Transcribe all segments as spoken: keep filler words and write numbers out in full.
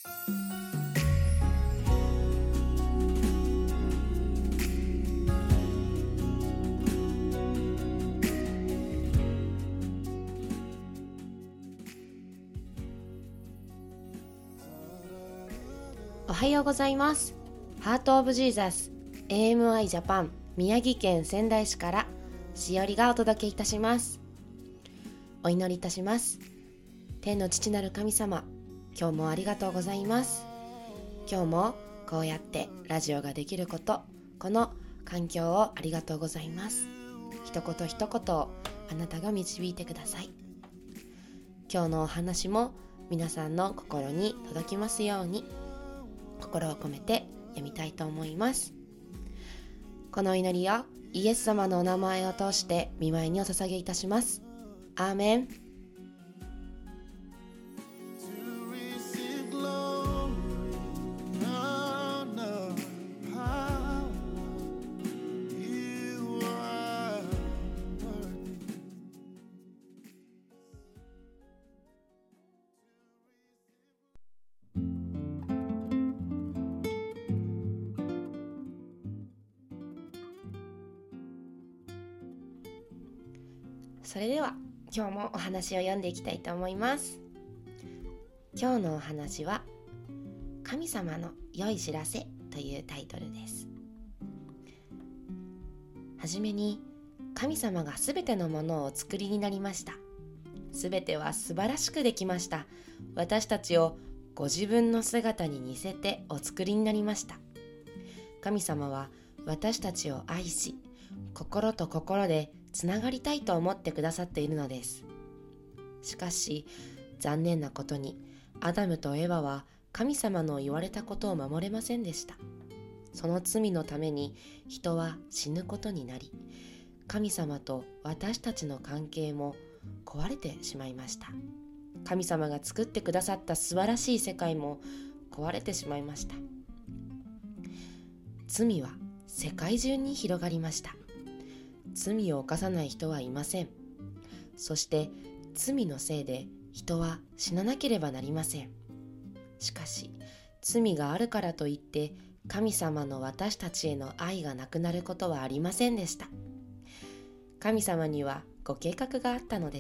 おはようございます。ハートオブジーザス エーエムアイ ジャパン宮城県仙台市からしおりがお届けいたします。お祈りいたします。天の父なる神様、今日もありがとうございます。今日もこうやってラジオができること、この環境をありがとうございます。一言一言をあなたが導いてください。今日のお話も皆さんの心に届きますように心を込めて読みたいと思います。この祈りをイエス様のお名前を通して御前にお捧げいたします。アーメン。それでは今日もお話を読んでいきたいと思います。今日のお話は神様の良い知らせというタイトルです。はじめに神様がすべてのものをお作りになりました。すべては素晴らしくできました。私たちをご自分の姿に似せてお作りになりました。神様は私たちを愛し、心と心でつながりたいと思ってくださっているのです。しかし残念なことにアダムとエバは神様の言われたことを守れませんでした。その罪のために人は死ぬことになり、神様と私たちの関係も壊れてしまいました。神様が作ってくださった素晴らしい世界も壊れてしまいました。罪は世界中に広がりました。罪を犯さない人はいません。そして罪のせいで人は死ななければなりません。しかし罪があるからといって神様の私たちへの愛がなくなることはありませんでした。神様にはご計画があったのです。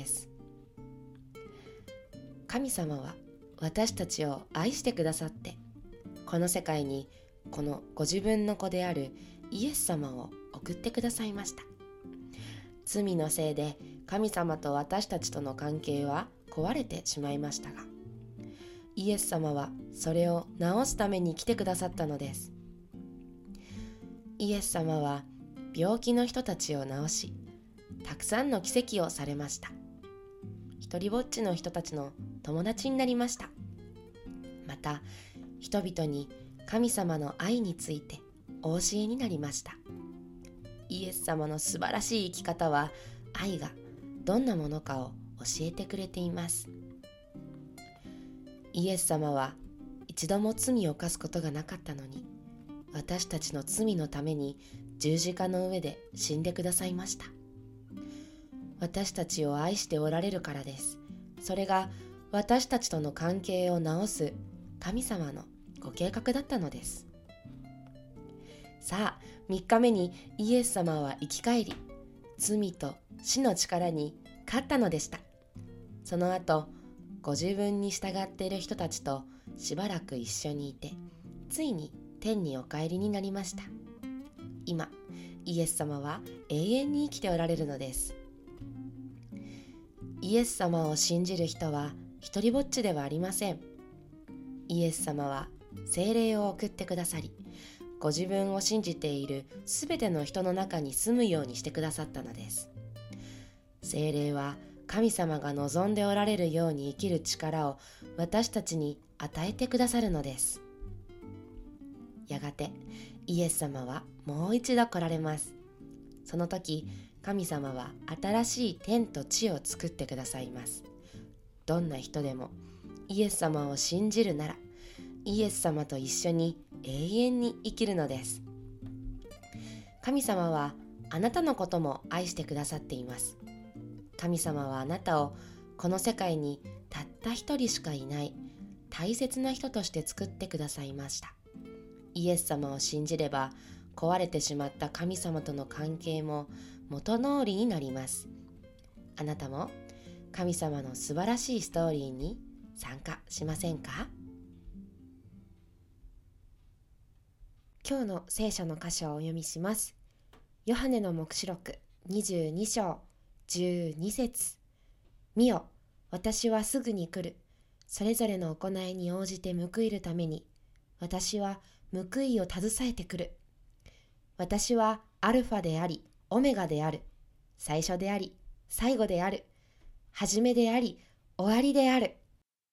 神様は私たちを愛してくださって、この世界にこのご自分の子であるイエス様を送ってくださいました。罪のせいで神様と私たちとの関係は壊れてしまいましたが、イエス様はそれを直すために来てくださったのです。イエス様は病気の人たちを治し、たくさんの奇跡をされました。一りぼっちの人たちの友達になりました。また人々に神様の愛についてお教えになりました。イエス様の素晴らしい生き方は、愛がどんなものかを教えてくれています。イエス様は一度も罪を犯すことがなかったのに、私たちの罪のために十字架の上で死んでくださいました。私たちを愛しておられるからです。それが私たちとの関係を直す神様のご計画だったのです。さあ、みっかめにイエス様は生き返り、罪と死の力に勝ったのでした。その後、ご自分に従っている人たちとしばらく一緒にいて、ついに天にお帰りになりました。今、イエス様は永遠に生きておられるのです。イエス様を信じる人は一りぼっちではありません。イエス様は聖霊を送ってくださり、ご自分を信じているすべての人の中に住むようにしてくださったのです。聖霊は神様が望んでおられるように生きる力を私たちに与えてくださるのです。やがてイエス様はもう一度来られます。その時、神様は新しい天と地を作ってくださいます。どんな人でもイエス様を信じるなら、イエス様と一緒に永遠に生きるのです。神様はあなたのことも愛してくださっています。神様はあなたをこの世界にたった一人しかいない大切な人として作ってくださいました。イエス様を信じれば、壊れてしまった神様との関係も元通りになります。あなたも神様の素晴らしいストーリーに参加しませんか？今日の聖書の箇所をお読みします。ヨハネの黙示録にじゅうに章じゅうに節。見よ、私はすぐに来る。それぞれの行いに応じて報いるために、私は報いを携えてくる。私はアルファであり、オメガである。最初であり、最後である。始めであり、終わりである。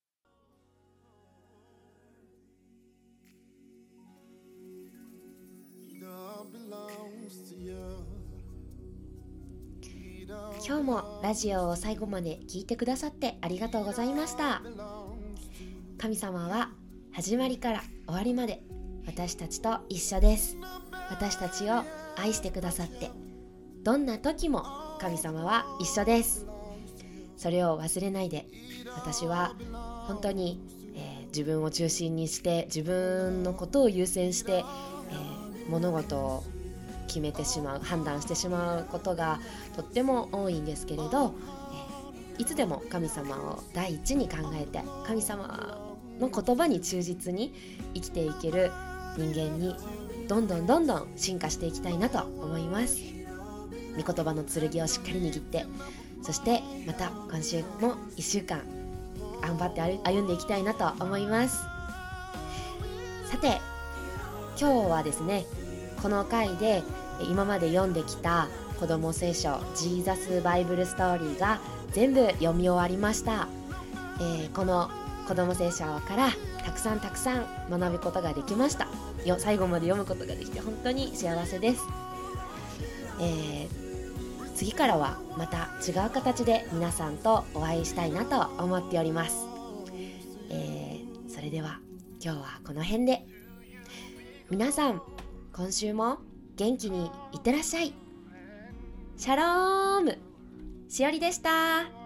今日もラジオを最後まで聞いてくださってありがとうございました。神様は始まりから終わりまで私たちと一緒です。私たちを愛してくださって、どんな時も神様は一緒です。それを忘れないで、私は本当に、えー、自分を中心にして自分のことを優先して、えー、物事を決めてしまう、判断してしまうことがとっても多いんですけれど、えー、いつでも神様を第一に考えて、神様の言葉に忠実に生きていける人間にどんどんどんどん進化していきたいなと思います。御言葉の剣をしっかり握って、そしてまた今週もいっしゅうかん頑張って歩んでいきたいなと思います。さて、今日はですね、この回で今まで読んできた子ども聖書ジーザスバイブルストーリーが全部読み終わりました。えー、この子ども聖書からたくさんたくさん学ぶことができましたよ。最後まで読むことができて本当に幸せです。えー、次からはまた違う形で皆さんとお会いしたいなと思っております。えー、それでは今日はこの辺で。皆さん今週も元気にいってらっしゃい。シャローム、しおりでした。